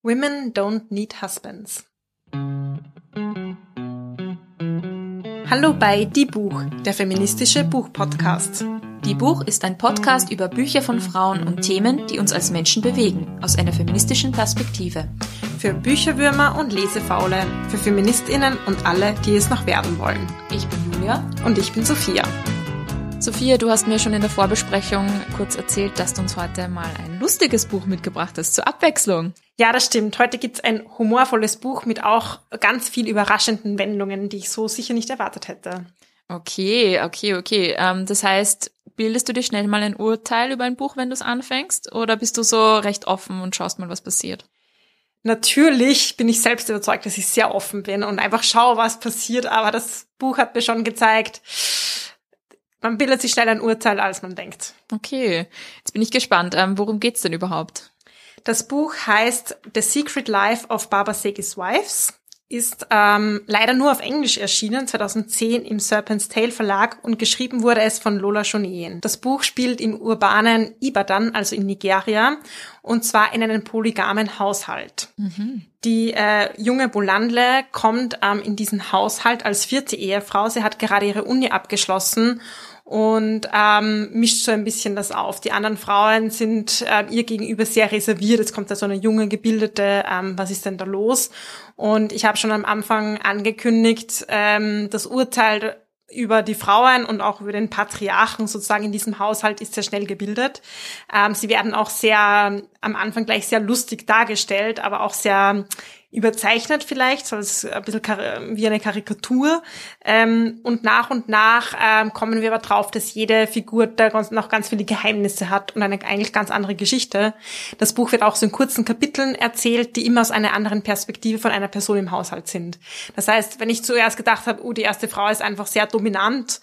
Women don't need husbands. Hallo bei Die Buch, der feministische Buchpodcast. Die Buch ist ein Podcast über Bücher von Frauen und Themen, die uns als Menschen bewegen, aus einer feministischen Perspektive. Für Bücherwürmer und Lesefaule, für FeministInnen und alle, die es noch werden wollen. Ich bin Julia. Und ich bin Sophia. Sophia, du hast mir schon in der Vorbesprechung kurz erzählt, dass du uns heute mal ein lustiges Buch mitgebracht hast, zur Abwechslung. Ja, das stimmt. Heute gibt's ein humorvolles Buch mit auch ganz viel überraschenden Wendungen, die ich so sicher nicht erwartet hätte. Okay. Das heißt, bildest du dir schnell mal ein Urteil über ein Buch, wenn du es anfängst? Oder bist du so recht offen und schaust mal, was passiert? Natürlich bin ich selbst überzeugt, dass ich sehr offen bin und einfach schaue, was passiert. Aber das Buch hat mir schon gezeigt, man bildet sich schneller ein Urteil, als man denkt. Okay, jetzt bin ich gespannt. Worum geht's denn überhaupt? Das Buch heißt The Secret Life of Baba Segis Wives, ist leider nur auf Englisch erschienen, 2010 im Serpent's Tail Verlag, und geschrieben wurde es von Lola Shoneyin. Das Buch spielt im urbanen Ibadan, also in Nigeria, und zwar in einem polygamen Haushalt. Die junge Bolanle kommt in diesen Haushalt als vierte Ehefrau. Sie hat gerade ihre Uni abgeschlossen und mischt so ein bisschen das auf. Die anderen Frauen sind ihr gegenüber sehr reserviert. Jetzt kommt da so eine junge Gebildete, was ist denn da los? Und ich habe schon am Anfang angekündigt, das Urteil über die Frauen und auch über den Patriarchen sozusagen in diesem Haushalt ist sehr schnell gebildet. Sie werden auch sehr am Anfang gleich sehr lustig dargestellt, aber auch sehr überzeichnet vielleicht, so als ein bisschen wie eine Karikatur. Und nach kommen wir aber drauf, dass jede Figur da noch ganz viele Geheimnisse hat und eine eigentlich ganz andere Geschichte. Das Buch wird auch so in kurzen Kapiteln erzählt, die immer aus einer anderen Perspektive von einer Person im Haushalt sind. Das heißt, wenn ich zuerst gedacht habe, die erste Frau ist einfach sehr dominant,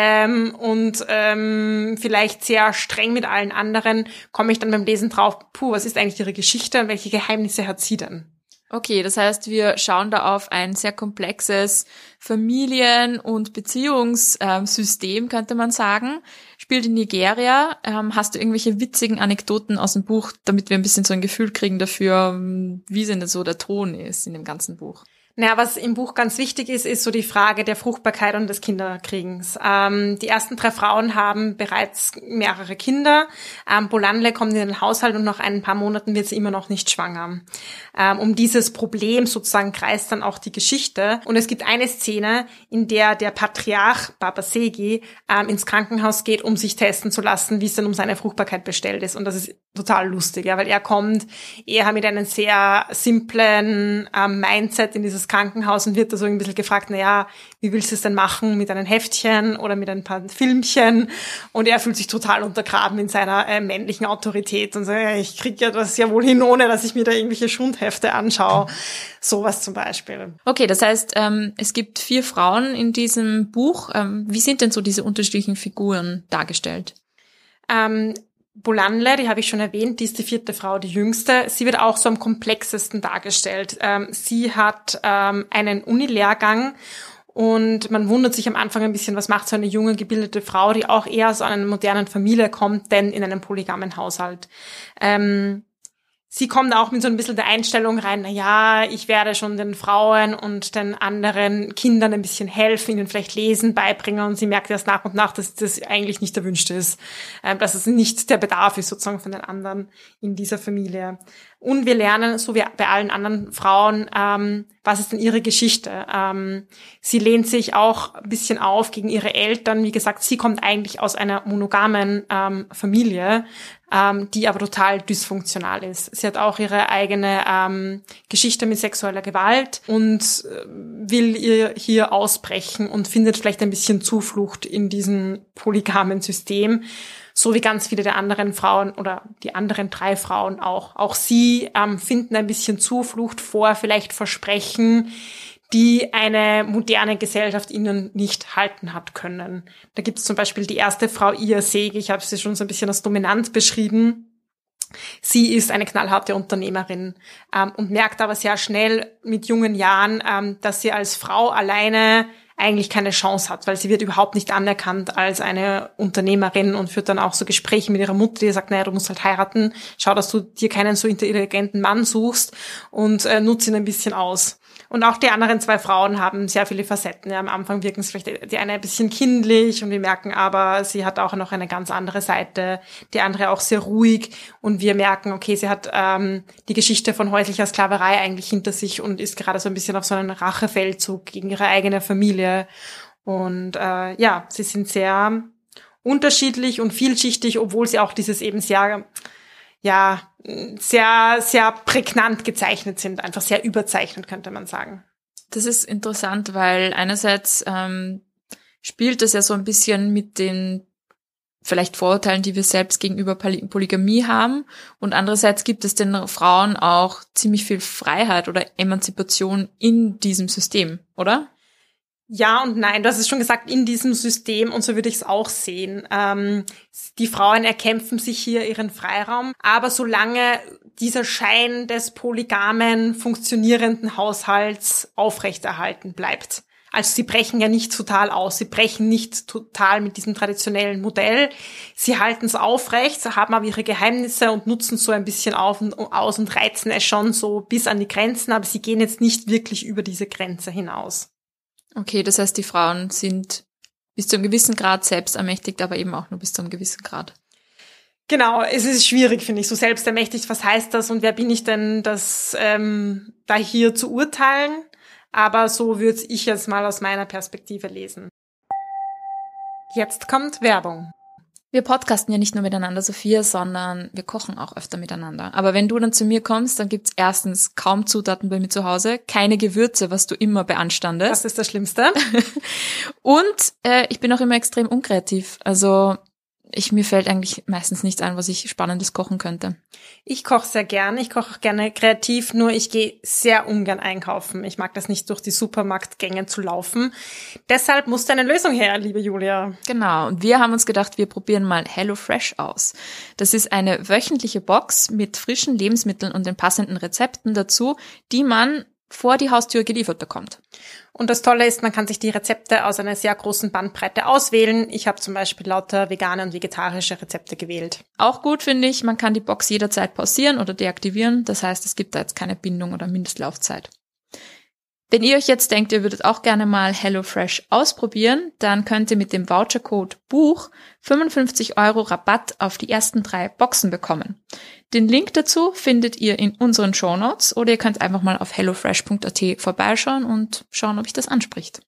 und vielleicht sehr streng mit allen anderen, komme ich dann beim Lesen drauf, was ist eigentlich ihre Geschichte und welche Geheimnisse hat sie denn? Okay, das heißt, wir schauen da auf ein sehr komplexes Familien- und Beziehungssystem, könnte man sagen. Spielt in Nigeria. Hast du irgendwelche witzigen Anekdoten aus dem Buch, damit wir ein bisschen so ein Gefühl kriegen dafür, wie denn so der Ton ist in dem ganzen Buch? Naja, was im Buch ganz wichtig ist, ist so die Frage der Fruchtbarkeit und des Kinderkriegens. Die ersten 3 Frauen haben bereits mehrere Kinder. Bolanle kommt in den Haushalt und nach ein paar Monaten wird sie immer noch nicht schwanger. Um dieses Problem sozusagen kreist dann auch die Geschichte. Und es gibt eine Szene, in der der Patriarch Baba Segi ins Krankenhaus geht, um sich testen zu lassen, wie es denn um seine Fruchtbarkeit bestellt ist. Und das ist total lustig, ja, weil er kommt eher mit einem sehr simplen Mindset in dieses Krankenhaus und wird da so ein bisschen gefragt, wie willst du es denn machen, mit einem Heftchen oder mit ein paar Filmchen? Und er fühlt sich total untergraben in seiner männlichen Autorität und sagt, ich kriege ja das ja wohl hin, ohne dass ich mir da irgendwelche Schundhefte anschaue. Sowas zum Beispiel. Okay, das heißt, es gibt 4 Frauen in diesem Buch. Wie sind denn so diese unterschiedlichen Figuren dargestellt? Bolanle, die habe ich schon erwähnt, die ist die 4. Frau, die jüngste. Sie wird auch so am komplexesten dargestellt. Sie hat einen Unilehrgang und man wundert sich am Anfang ein bisschen, was macht so eine junge, gebildete Frau, die auch eher aus einer modernen Familie kommt, denn in einem polygamen Haushalt. Sie kommt auch mit so ein bisschen der Einstellung rein, ich werde schon den Frauen und den anderen Kindern ein bisschen helfen, ihnen vielleicht Lesen beibringen, und sie merkt erst nach und nach, dass das eigentlich nicht erwünscht ist, dass es nicht der Bedarf ist sozusagen von den anderen in dieser Familie. Und wir lernen, so wie bei allen anderen Frauen, was ist denn ihre Geschichte? Sie lehnt sich auch ein bisschen auf gegen ihre Eltern. Wie gesagt, sie kommt eigentlich aus einer monogamen Familie, die aber total dysfunktional ist. Sie hat auch ihre eigene Geschichte mit sexueller Gewalt und will ihr hier ausbrechen und findet vielleicht ein bisschen Zuflucht in diesem polygamen System. So wie ganz viele der anderen Frauen oder die anderen 3 Frauen auch. Auch sie finden ein bisschen Zuflucht vor, vielleicht Versprechen, die eine moderne Gesellschaft ihnen nicht halten hat können. Da gibt es zum Beispiel die erste Frau, Iya Segi, ich habe sie schon so ein bisschen als dominant beschrieben. Sie ist eine knallharte Unternehmerin und merkt aber sehr schnell mit jungen Jahren, dass sie als Frau alleine eigentlich keine Chance hat, weil sie wird überhaupt nicht anerkannt als eine Unternehmerin und führt dann auch so Gespräche mit ihrer Mutter, die sagt, naja, du musst halt heiraten, schau, dass du dir keinen so intelligenten Mann suchst und nutze ihn ein bisschen aus. Und auch die anderen 2 Frauen haben sehr viele Facetten. Ja, am Anfang wirken es vielleicht die eine ein bisschen kindlich und wir merken aber, sie hat auch noch eine ganz andere Seite, die andere auch sehr ruhig und wir merken, okay, sie hat die Geschichte von häuslicher Sklaverei eigentlich hinter sich und ist gerade so ein bisschen auf so einen Rachefeldzug gegen ihre eigene Familie. Und sie sind sehr unterschiedlich und vielschichtig, obwohl sie auch dieses eben sehr prägnant gezeichnet sind, einfach sehr überzeichnet, könnte man sagen. Das ist interessant, weil einerseits spielt das ja so ein bisschen mit den vielleicht Vorurteilen, die wir selbst gegenüber Polygamie haben, und andererseits gibt es den Frauen auch ziemlich viel Freiheit oder Emanzipation in diesem System, oder? Ja und nein, du hast es schon gesagt, in diesem System, und so würde ich es auch sehen. Die Frauen erkämpfen sich hier ihren Freiraum, aber solange dieser Schein des polygamen, funktionierenden Haushalts aufrechterhalten bleibt. Also sie brechen ja nicht total aus, sie brechen nicht total mit diesem traditionellen Modell. Sie halten es aufrecht, haben aber ihre Geheimnisse und nutzen es so ein bisschen aus und reizen es schon so bis an die Grenzen, aber sie gehen jetzt nicht wirklich über diese Grenze hinaus. Okay, das heißt, die Frauen sind bis zu einem gewissen Grad selbstermächtigt, aber eben auch nur bis zu einem gewissen Grad. Genau, es ist schwierig, finde ich, so selbstermächtigt, was heißt das und wer bin ich denn, das da hier zu urteilen? Aber so würde ich jetzt mal aus meiner Perspektive lesen. Jetzt kommt Werbung. Wir podcasten ja nicht nur miteinander, Sophia, sondern wir kochen auch öfter miteinander. Aber wenn du dann zu mir kommst, dann gibt's erstens kaum Zutaten bei mir zu Hause, keine Gewürze, was du immer beanstandest. Das ist das Schlimmste. Und ich bin auch immer extrem unkreativ. Also mir fällt eigentlich meistens nichts ein, was ich Spannendes kochen könnte. Ich koche sehr gerne, ich koche auch gerne kreativ, nur ich gehe sehr ungern einkaufen. Ich mag das nicht, durch die Supermarktgänge zu laufen. Deshalb musste eine Lösung her, liebe Julia. Genau, und wir haben uns gedacht, wir probieren mal HelloFresh aus. Das ist eine wöchentliche Box mit frischen Lebensmitteln und den passenden Rezepten dazu, die man vor die Haustür geliefert bekommt. Und das Tolle ist, man kann sich die Rezepte aus einer sehr großen Bandbreite auswählen. Ich habe zum Beispiel lauter vegane und vegetarische Rezepte gewählt. Auch gut finde ich, man kann die Box jederzeit pausieren oder deaktivieren. Das heißt, es gibt da jetzt keine Bindung oder Mindestlaufzeit. Wenn ihr euch jetzt denkt, ihr würdet auch gerne mal HelloFresh ausprobieren, dann könnt ihr mit dem Vouchercode BUCH 55 € Rabatt auf die ersten 3 Boxen bekommen. Den Link dazu findet ihr in unseren Shownotes oder ihr könnt einfach mal auf hellofresh.at vorbeischauen und schauen, ob euch das anspricht.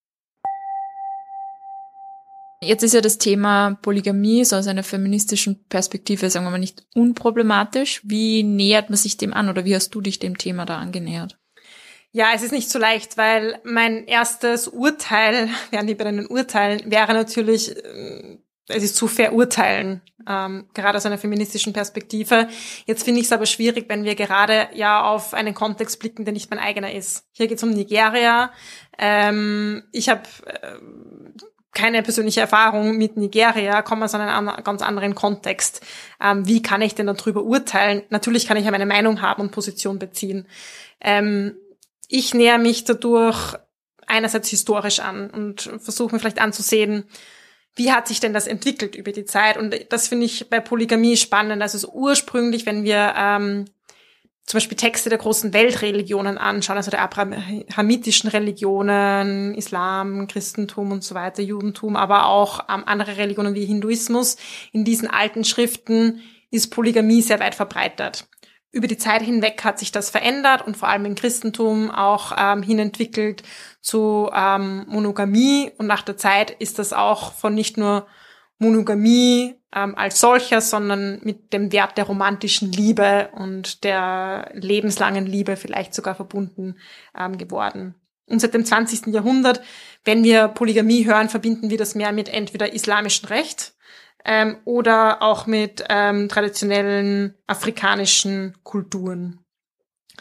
Jetzt ist ja das Thema Polygamie so aus einer feministischen Perspektive, sagen wir mal, nicht unproblematisch. Wie nähert man sich dem an oder wie hast du dich dem Thema da angenähert? Ja, es ist nicht so leicht, weil mein erstes Urteil, während die bei den Urteilen, wäre natürlich, es ist zu verurteilen, gerade aus einer feministischen Perspektive. Jetzt finde ich es aber schwierig, wenn wir gerade ja auf einen Kontext blicken, der nicht mein eigener ist. Hier geht es um Nigeria. Ich habe keine persönliche Erfahrung mit Nigeria, komme aus einem ganz anderen Kontext. Wie kann ich denn darüber urteilen? Natürlich kann ich ja meine Meinung haben und Position beziehen. Ich näher mich dadurch einerseits historisch an und versuche mir vielleicht anzusehen, wie hat sich denn das entwickelt über die Zeit? Und das finde ich bei Polygamie spannend. Also ursprünglich, wenn wir zum Beispiel Texte der großen Weltreligionen anschauen, also der abrahamitischen Religionen, Islam, Christentum und so weiter, Judentum, aber auch andere Religionen wie Hinduismus, in diesen alten Schriften ist Polygamie sehr weit verbreitet. Über die Zeit hinweg hat sich das verändert und vor allem im Christentum auch hinentwickelt zu Monogamie. Und nach der Zeit ist das auch von nicht nur Monogamie als solcher, sondern mit dem Wert der romantischen Liebe und der lebenslangen Liebe vielleicht sogar verbunden geworden. Und seit dem 20. Jahrhundert, wenn wir Polygamie hören, verbinden wir das mehr mit entweder islamischem Recht, oder auch mit traditionellen afrikanischen Kulturen.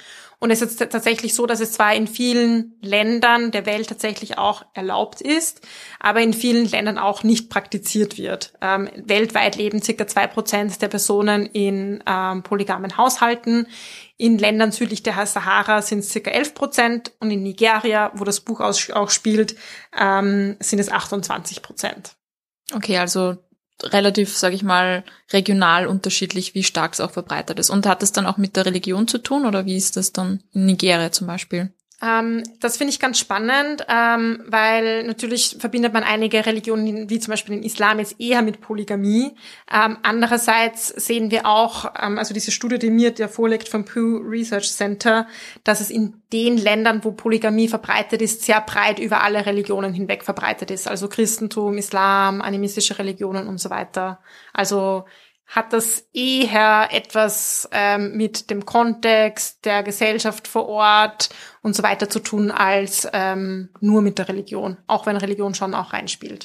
Und es ist jetzt tatsächlich so, dass es zwar in vielen Ländern der Welt tatsächlich auch erlaubt ist, aber in vielen Ländern auch nicht praktiziert wird. Weltweit leben circa 2% der Personen in polygamen Haushalten. In Ländern südlich der Sahara sind es circa 11% und in Nigeria, wo das Buch auch spielt, sind es 28%. Okay, also relativ, sage ich mal, regional unterschiedlich, wie stark es auch verbreitet ist. Und hat es dann auch mit der Religion zu tun oder wie ist das dann in Nigeria zum Beispiel? Das finde ich ganz spannend, weil natürlich verbindet man einige Religionen, wie zum Beispiel den Islam, jetzt eher mit Polygamie. Andererseits sehen wir auch, also diese Studie, die mir vorliegt vom Pew Research Center, dass es in den Ländern, wo Polygamie verbreitet ist, sehr breit über alle Religionen hinweg verbreitet ist. Also Christentum, Islam, animistische Religionen und so weiter. Also hat das eher etwas mit dem Kontext der Gesellschaft vor Ort und so weiter zu tun, als nur mit der Religion, auch wenn Religion schon auch reinspielt.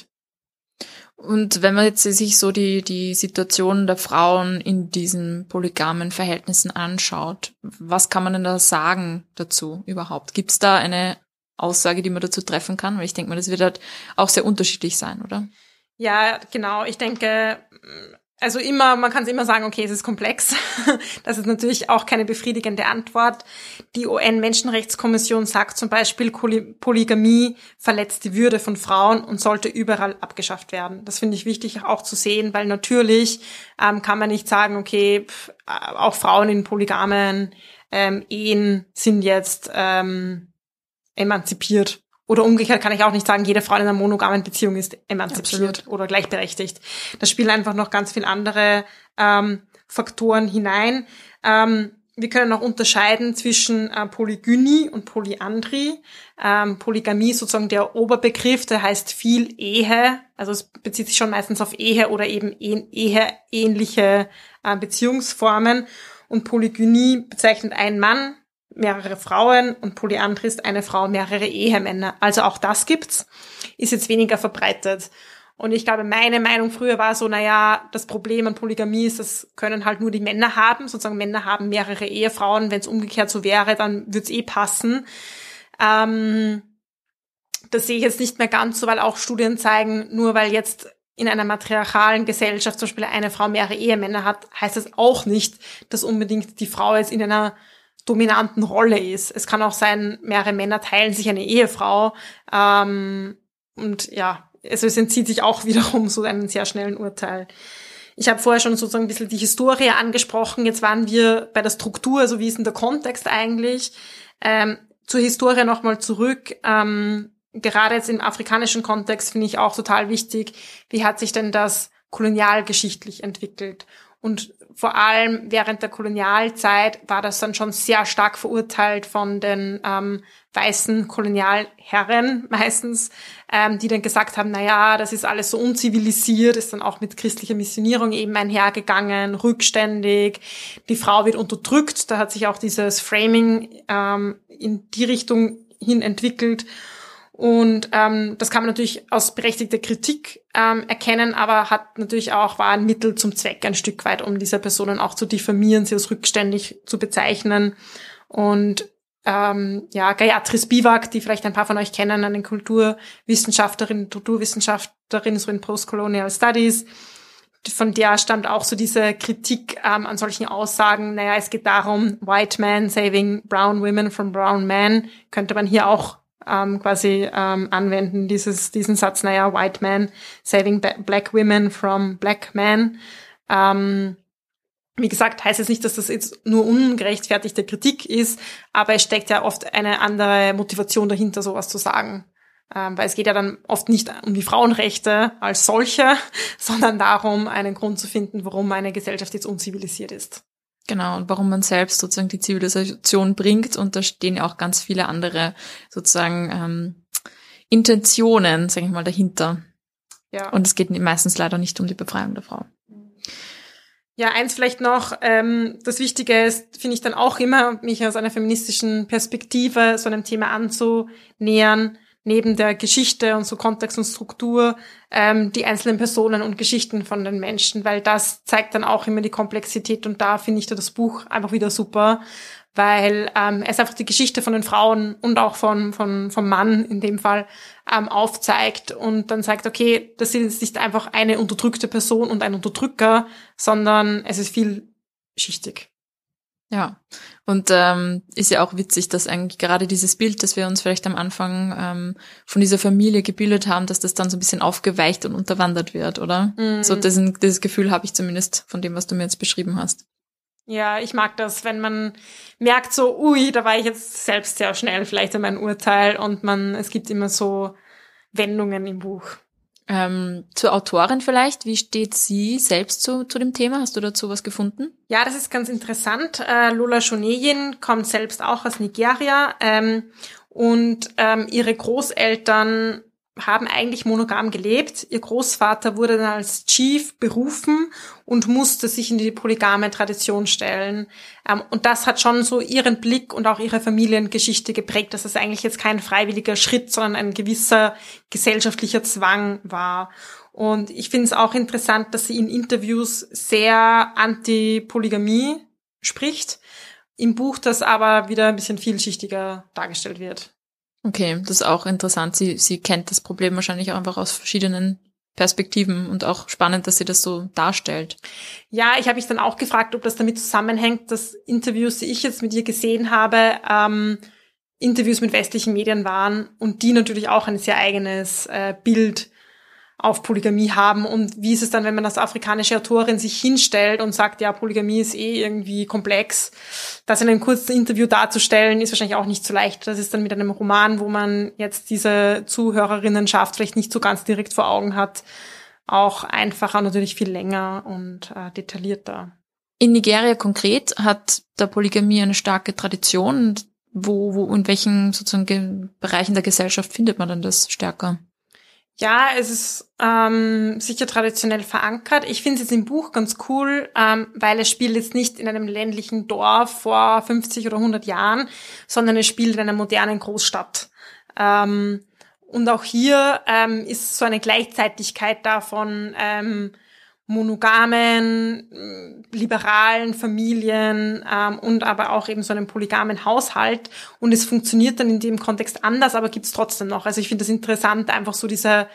Und wenn man jetzt sich so die Situation der Frauen in diesen polygamen Verhältnissen anschaut, was kann man denn da sagen dazu überhaupt? Gibt es da eine Aussage, die man dazu treffen kann? Weil ich denke mal, das wird halt auch sehr unterschiedlich sein, oder? Ja, genau. Ich denke, also man kann es immer sagen, okay, es ist komplex. Das ist natürlich auch keine befriedigende Antwort. Die UN-Menschenrechtskommission sagt zum Beispiel, Polygamie verletzt die Würde von Frauen und sollte überall abgeschafft werden. Das finde ich wichtig auch zu sehen, weil natürlich kann man nicht sagen, okay, auch Frauen in polygamen Ehen sind jetzt emanzipiert. Oder umgekehrt kann ich auch nicht sagen, jede Frau in einer monogamen Beziehung ist emanzipiert oder gleichberechtigt. Da spielen einfach noch ganz viele andere Faktoren hinein. Wir können auch unterscheiden zwischen Polygynie und Polyandrie. Polygamie ist sozusagen der Oberbegriff, der heißt viel Ehe. Also es bezieht sich schon meistens auf Ehe oder eben eheähnliche Beziehungsformen. Und Polygynie bezeichnet einen Mann, mehrere Frauen und Polyandrie ist eine Frau, mehrere Ehemänner. Also auch das gibt's, ist jetzt weniger verbreitet. Und ich glaube, meine Meinung früher war so, das Problem an Polygamie ist, das können halt nur die Männer haben. Sozusagen Männer haben mehrere Ehefrauen. Wenn es umgekehrt so wäre, dann würde es passen. Das sehe ich jetzt nicht mehr ganz so, weil auch Studien zeigen, nur weil jetzt in einer matriarchalen Gesellschaft zum Beispiel eine Frau mehrere Ehemänner hat, heißt das auch nicht, dass unbedingt die Frau jetzt in einer dominanten Rolle ist. Es kann auch sein, mehrere Männer teilen sich eine Ehefrau und ja, also es entzieht sich auch wiederum so einen sehr schnellen Urteil. Ich habe vorher schon sozusagen ein bisschen die Historie angesprochen. Jetzt waren wir bei der Struktur, also wie ist denn der Kontext eigentlich? Zur Historie nochmal zurück. Gerade jetzt im afrikanischen Kontext finde ich auch total wichtig, wie hat sich denn das kolonialgeschichtlich entwickelt? Und vor allem während der Kolonialzeit war das dann schon sehr stark verurteilt von den weißen Kolonialherren meistens, die dann gesagt haben, das ist alles so unzivilisiert, ist dann auch mit christlicher Missionierung eben einhergegangen, rückständig, die Frau wird unterdrückt, da hat sich auch dieses Framing in die Richtung hin entwickelt. Und das kann man natürlich aus berechtigter Kritik erkennen, aber war ein Mittel zum Zweck ein Stück weit, um diese Personen auch zu diffamieren, sie als rückständig zu bezeichnen. Und Gayatri Spivak, die vielleicht ein paar von euch kennen, eine Kulturwissenschaftlerin so in Postcolonial Studies, von der stammt auch so diese Kritik an solchen Aussagen, es geht darum, White men saving brown women from brown men, könnte man hier auch anwenden, diesen Satz, White men saving black women from black men. Wie gesagt, heißt es nicht, dass das jetzt nur ungerechtfertigte Kritik ist, aber es steckt ja oft eine andere Motivation dahinter, sowas zu sagen. Weil es geht ja dann oft nicht um die Frauenrechte als solche, sondern darum, einen Grund zu finden, warum eine Gesellschaft jetzt unzivilisiert ist. Genau, und warum man selbst sozusagen die Zivilisation bringt, und da stehen ja auch ganz viele andere sozusagen Intentionen, sage ich mal, dahinter. Ja. Und es geht meistens leider nicht um die Befreiung der Frau. Ja, eins vielleicht noch, das Wichtige ist, finde ich dann auch immer, mich aus einer feministischen Perspektive so einem Thema anzunähern, neben der Geschichte und so Kontext und Struktur, die einzelnen Personen und Geschichten von den Menschen, weil das zeigt dann auch immer die Komplexität, und da finde ich das Buch einfach wieder super, weil er ist einfach die Geschichte von den Frauen und auch vom Mann in dem Fall aufzeigt und dann sagt, okay, das ist nicht einfach eine unterdrückte Person und ein Unterdrücker, sondern es ist vielschichtig. Ja, und ist ja auch witzig, dass eigentlich gerade dieses Bild, das wir uns vielleicht am Anfang von dieser Familie gebildet haben, dass das dann so ein bisschen aufgeweicht und unterwandert wird, oder? Mhm. So dieses Gefühl habe ich zumindest von dem, was du mir jetzt beschrieben hast. Ja, ich mag das, wenn man merkt so, ui, da war ich jetzt selbst sehr schnell vielleicht in meinem Urteil und es gibt immer so Wendungen im Buch. Zur Autorin vielleicht, wie steht sie selbst zu dem Thema? Hast du dazu was gefunden? Ja, das ist ganz interessant. Lola Shoneyin kommt selbst auch aus Nigeria und ihre Großeltern haben eigentlich monogam gelebt. Ihr Großvater wurde dann als Chief berufen und musste sich in die polygame Tradition stellen. Und das hat schon so ihren Blick und auch ihre Familiengeschichte geprägt, dass es eigentlich jetzt kein freiwilliger Schritt, sondern ein gewisser gesellschaftlicher Zwang war. Und ich finde es auch interessant, dass sie in Interviews sehr anti-Polygamie spricht, im Buch das aber wieder ein bisschen vielschichtiger dargestellt wird. Okay, das ist auch interessant. Sie kennt das Problem wahrscheinlich auch einfach aus verschiedenen Perspektiven und auch spannend, dass sie das so darstellt. Ja, ich habe mich dann auch gefragt, ob das damit zusammenhängt, dass Interviews, die ich jetzt mit ihr gesehen habe, Interviews mit westlichen Medien waren und die natürlich auch ein sehr eigenes Bild auf Polygamie haben. Und wie ist es dann, wenn man als afrikanische Autorin sich hinstellt und sagt, ja, Polygamie ist irgendwie komplex. Das in einem kurzen Interview darzustellen, ist wahrscheinlich auch nicht so leicht. Das ist dann mit einem Roman, wo man jetzt diese Zuhörerinnenschaft vielleicht nicht so ganz direkt vor Augen hat, auch einfacher, natürlich viel länger und detaillierter. In Nigeria konkret hat der Polygamie eine starke Tradition. Wo in welchen sozusagen Bereichen der Gesellschaft findet man denn das stärker? Ja, es ist sicher traditionell verankert. Ich finde es jetzt im Buch ganz cool, weil es spielt jetzt nicht in einem ländlichen Dorf vor 50 oder 100 Jahren, sondern es spielt in einer modernen Großstadt. Und auch hier ist so eine Gleichzeitigkeit davon monogamen, liberalen Familien und aber auch eben so einem polygamen Haushalt. Und es funktioniert dann in dem Kontext anders, aber gibt's trotzdem noch. Also ich finde das interessant, einfach so diese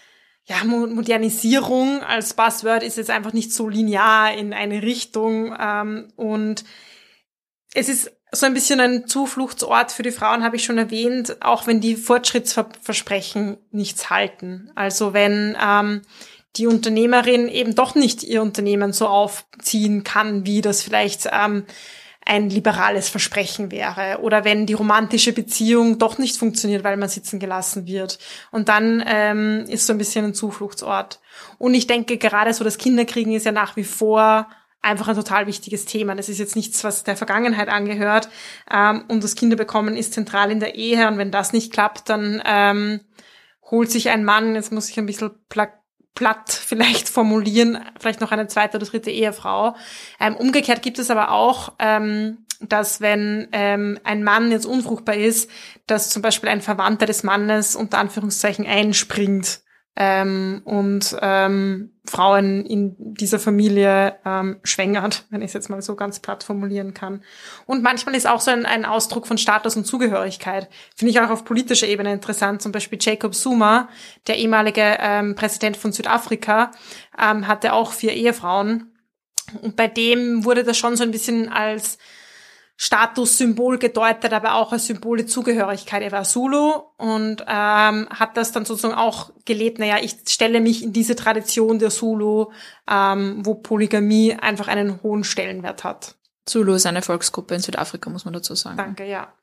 Modernisierung als Buzzword ist jetzt einfach nicht so linear in eine Richtung. Und es ist so ein bisschen ein Zufluchtsort für die Frauen, habe ich schon erwähnt, auch wenn die Fortschrittsversprechen nichts halten. Also wenn die Unternehmerin eben doch nicht ihr Unternehmen so aufziehen kann, wie das vielleicht ein liberales Versprechen wäre. Oder wenn die romantische Beziehung doch nicht funktioniert, weil man sitzen gelassen wird. Und dann ist so ein bisschen ein Zufluchtsort. Und ich denke, gerade so das Kinderkriegen ist ja nach wie vor einfach ein total wichtiges Thema. Das ist jetzt nichts, was der Vergangenheit angehört. Und das Kinderbekommen ist zentral in der Ehe. Und wenn das nicht klappt, dann holt sich ein Mann, jetzt muss ich ein bisschen platt vielleicht formulieren, vielleicht noch eine zweite oder dritte Ehefrau. Umgekehrt gibt es aber auch, dass wenn ein Mann jetzt unfruchtbar ist, dass zum Beispiel ein Verwandter des Mannes unter Anführungszeichen einspringt und Frauen in dieser Familie schwängert, wenn ich es jetzt mal so ganz platt formulieren kann. Und manchmal ist auch so ein Ausdruck von Status und Zugehörigkeit. Finde ich auch auf politischer Ebene interessant. Zum Beispiel Jacob Zuma, der ehemalige Präsident von Südafrika, hatte auch 4 Ehefrauen. Und bei dem wurde das schon so ein bisschen als Statussymbol gedeutet, aber auch als Symbol der Zugehörigkeit. Er war Zulu und hat das dann sozusagen auch gelebt. Naja, ich stelle mich in diese Tradition der Zulu, wo Polygamie einfach einen hohen Stellenwert hat. Zulu ist eine Volksgruppe in Südafrika, muss man dazu sagen. Danke, ja.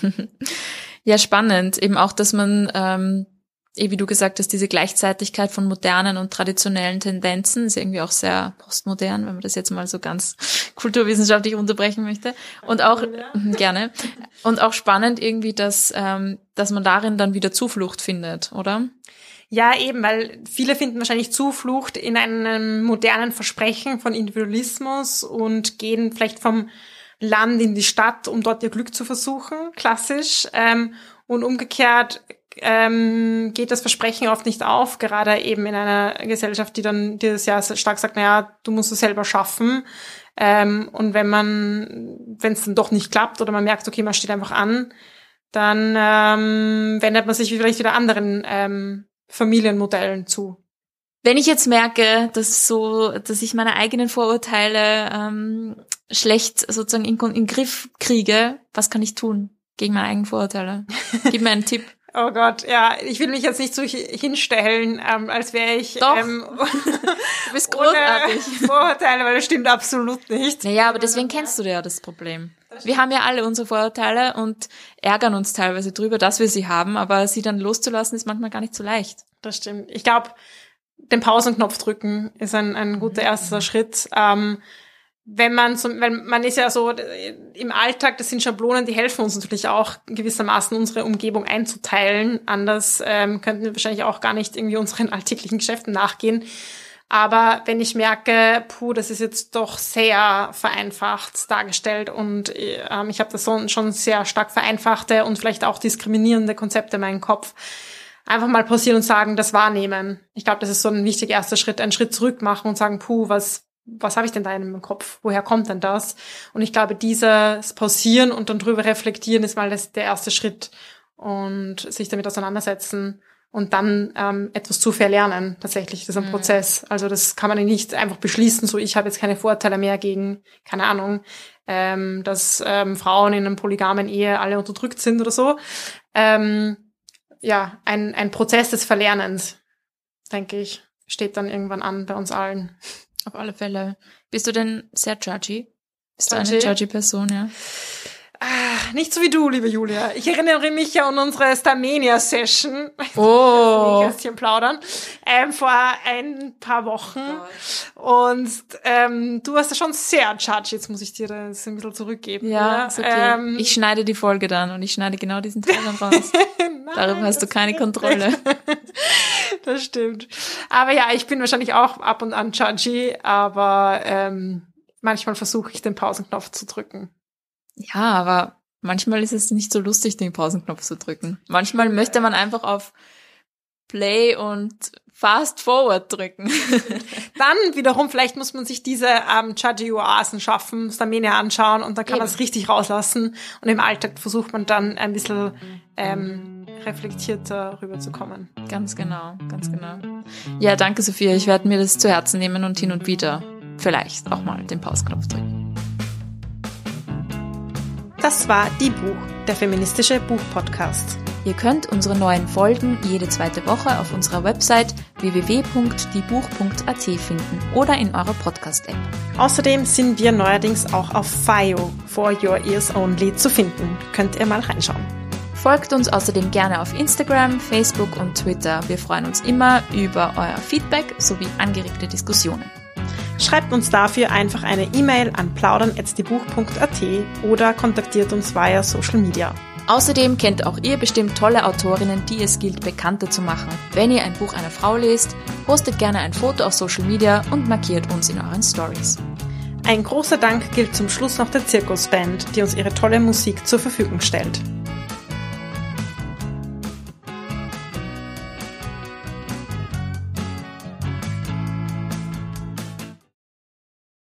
Ja, spannend. Eben auch, dass man wie du gesagt hast, diese Gleichzeitigkeit von modernen und traditionellen Tendenzen ist irgendwie auch sehr postmodern, wenn man das jetzt mal so ganz kulturwissenschaftlich unterbrechen möchte. Und auch, gerne. Und auch spannend irgendwie, dass man darin dann wieder Zuflucht findet, oder? Ja, eben, weil viele finden wahrscheinlich Zuflucht in einem modernen Versprechen von Individualismus und gehen vielleicht vom Land in die Stadt, um dort ihr Glück zu versuchen, klassisch. Und umgekehrt geht das Versprechen oft nicht auf, gerade eben in einer Gesellschaft, die dann dieses Jahr stark sagt, naja, du musst es selber schaffen. Und wenn es dann doch nicht klappt oder man merkt, okay, man steht einfach an, dann wendet man sich vielleicht wieder anderen Familienmodellen zu. Wenn ich jetzt merke, dass ich meine eigenen Vorurteile schlecht sozusagen in den Griff kriege, was kann ich tun gegen meine eigenen Vorurteile? Gib mir einen Tipp. Oh Gott, ja, ich will mich jetzt nicht so hinstellen, als wäre ich Doch. Du bist großartig. Vorurteile, weil das stimmt absolut nicht. Naja, aber deswegen kennst du ja das Problem. Wir haben ja alle unsere Vorurteile und ärgern uns teilweise drüber, dass wir sie haben, aber sie dann loszulassen ist manchmal gar nicht so leicht. Das stimmt. Ich glaube, den Pausenknopf drücken ist ein guter erster Schritt. Wenn man ist ja so im Alltag, das sind Schablonen, die helfen uns natürlich auch gewissermaßen unsere Umgebung einzuteilen. Anders könnten wir wahrscheinlich auch gar nicht irgendwie unseren alltäglichen Geschäften nachgehen. Aber wenn ich merke, das ist jetzt doch sehr vereinfacht dargestellt und ich habe das schon sehr stark vereinfachte und vielleicht auch diskriminierende Konzepte in meinem Kopf, einfach mal pausieren und sagen, das wahrnehmen. Ich glaube, das ist so ein wichtiger erster Schritt, einen Schritt zurück machen und sagen, was habe ich denn da in meinem Kopf? Woher kommt denn das? Und ich glaube, dieses Pausieren und dann drüber reflektieren ist mal der erste Schritt und sich damit auseinandersetzen und dann etwas zu verlernen. Tatsächlich, das ist ein Prozess. Also das kann man nicht einfach beschließen, so ich habe jetzt keine Vorurteile mehr gegen, keine Ahnung, dass Frauen in einer polygamen Ehe alle unterdrückt sind oder so. Ja, ein Prozess des Verlernens, denke ich, steht dann irgendwann an bei uns allen. Auf alle Fälle. Bist du denn sehr judgy? Bist du eine judgy Person, ja? Nicht so wie du, liebe Julia. Ich erinnere mich ja an unsere Starmania-Session. Oh. Kästchen plaudern. Vor ein paar Wochen. Und du warst ja schon sehr judgy. Jetzt muss ich dir das ein bisschen zurückgeben. Ja, ist okay. Ich schneide die Folge dann und ich schneide genau diesen Teil dann raus. Nein, darüber hast du keine Kontrolle. Das stimmt. Aber ja, ich bin wahrscheinlich auch ab und an judgy, aber manchmal versuche ich den Pausenknopf zu drücken. Ja, aber manchmal ist es nicht so lustig, den Pausenknopf zu drücken. Manchmal möchte man einfach auf Play und Fast Forward drücken. Dann wiederum, vielleicht muss man sich diese Judgy-Oasen schaffen, Starmania anschauen und dann kann man es richtig rauslassen. Und im Alltag versucht man dann ein bisschen reflektierter rüberzukommen. Ganz genau, ganz genau. Ja, danke Sophia. Ich werde mir das zu Herzen nehmen und hin und wieder vielleicht auch mal den Pausenknopf drücken. Das war Die Buch, der feministische Buchpodcast. Ihr könnt unsere neuen Folgen jede zweite Woche auf unserer Website www.diebuch.at finden oder in eurer Podcast-App. Außerdem sind wir neuerdings auch auf FIO, For Your Ears Only, zu finden. Könnt ihr mal reinschauen. Folgt uns außerdem gerne auf Instagram, Facebook und Twitter. Wir freuen uns immer über euer Feedback sowie angeregte Diskussionen. Schreibt uns dafür einfach eine E-Mail an plaudern@diebuch.at oder kontaktiert uns via Social Media. Außerdem kennt auch ihr bestimmt tolle Autorinnen, die es gilt, bekannter zu machen. Wenn ihr ein Buch einer Frau lest, postet gerne ein Foto auf Social Media und markiert uns in euren Stories. Ein großer Dank gilt zum Schluss noch der Zirkusband, die uns ihre tolle Musik zur Verfügung stellt.